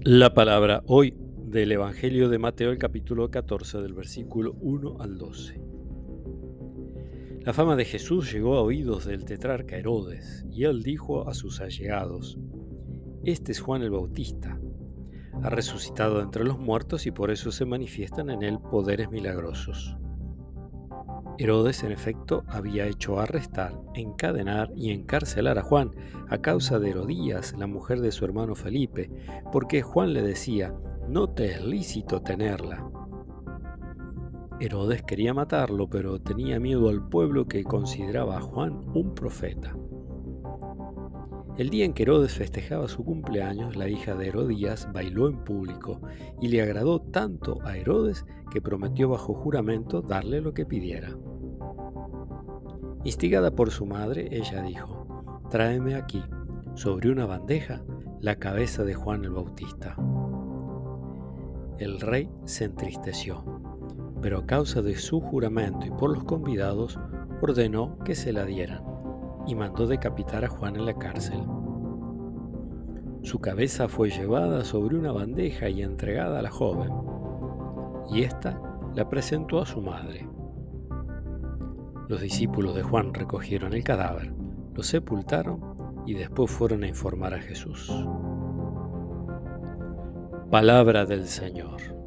La palabra hoy del Evangelio de Mateo, el capítulo 14, del versículo 1 al 12. La fama de Jesús llegó a oídos del tetrarca Herodes, y él dijo a sus allegados: Este es Juan el Bautista. Ha resucitado de entre los muertos y por eso se manifiestan en él poderes milagrosos. Herodes, en efecto, había hecho arrestar, encadenar y encarcelar a Juan a causa de Herodías, la mujer de su hermano Felipe, porque Juan le decía: No te es lícito tenerla. Herodes quería matarlo, pero tenía miedo al pueblo que consideraba a Juan un profeta. El día en que Herodes festejaba su cumpleaños, la hija de Herodías bailó en público y le agradó tanto a Herodes que prometió bajo juramento darle lo que pidiera. Instigada por su madre, ella dijo: Tráeme aquí, sobre una bandeja, la cabeza de Juan el Bautista. El rey se entristeció, pero a causa de su juramento y por los convidados, ordenó que se la dieran y mandó decapitar a Juan en la cárcel. Su cabeza fue llevada sobre una bandeja y entregada a la joven, y ésta la presentó a su madre. Los discípulos de Juan recogieron el cadáver, lo sepultaron y después fueron a informar a Jesús. Palabra del Señor.